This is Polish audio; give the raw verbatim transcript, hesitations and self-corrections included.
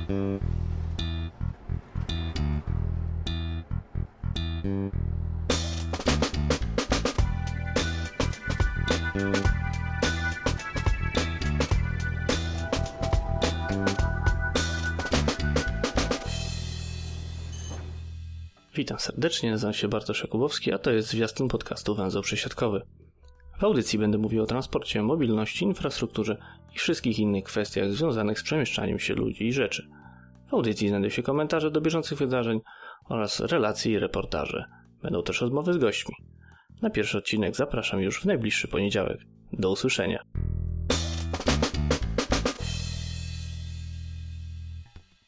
Witam serdecznie, nazywam się Bartosz Jakubowski, a to jest zwiastun podcastu Węzeł Przesiadkowy. W audycji będę mówił o transporcie, mobilności, infrastrukturze i wszystkich innych kwestiach związanych z przemieszczaniem się ludzi i rzeczy. W audycji znajdą się komentarze do bieżących wydarzeń oraz relacje i reportaże. Będą też rozmowy z gośćmi. Na pierwszy odcinek zapraszam już w najbliższy poniedziałek. Do usłyszenia.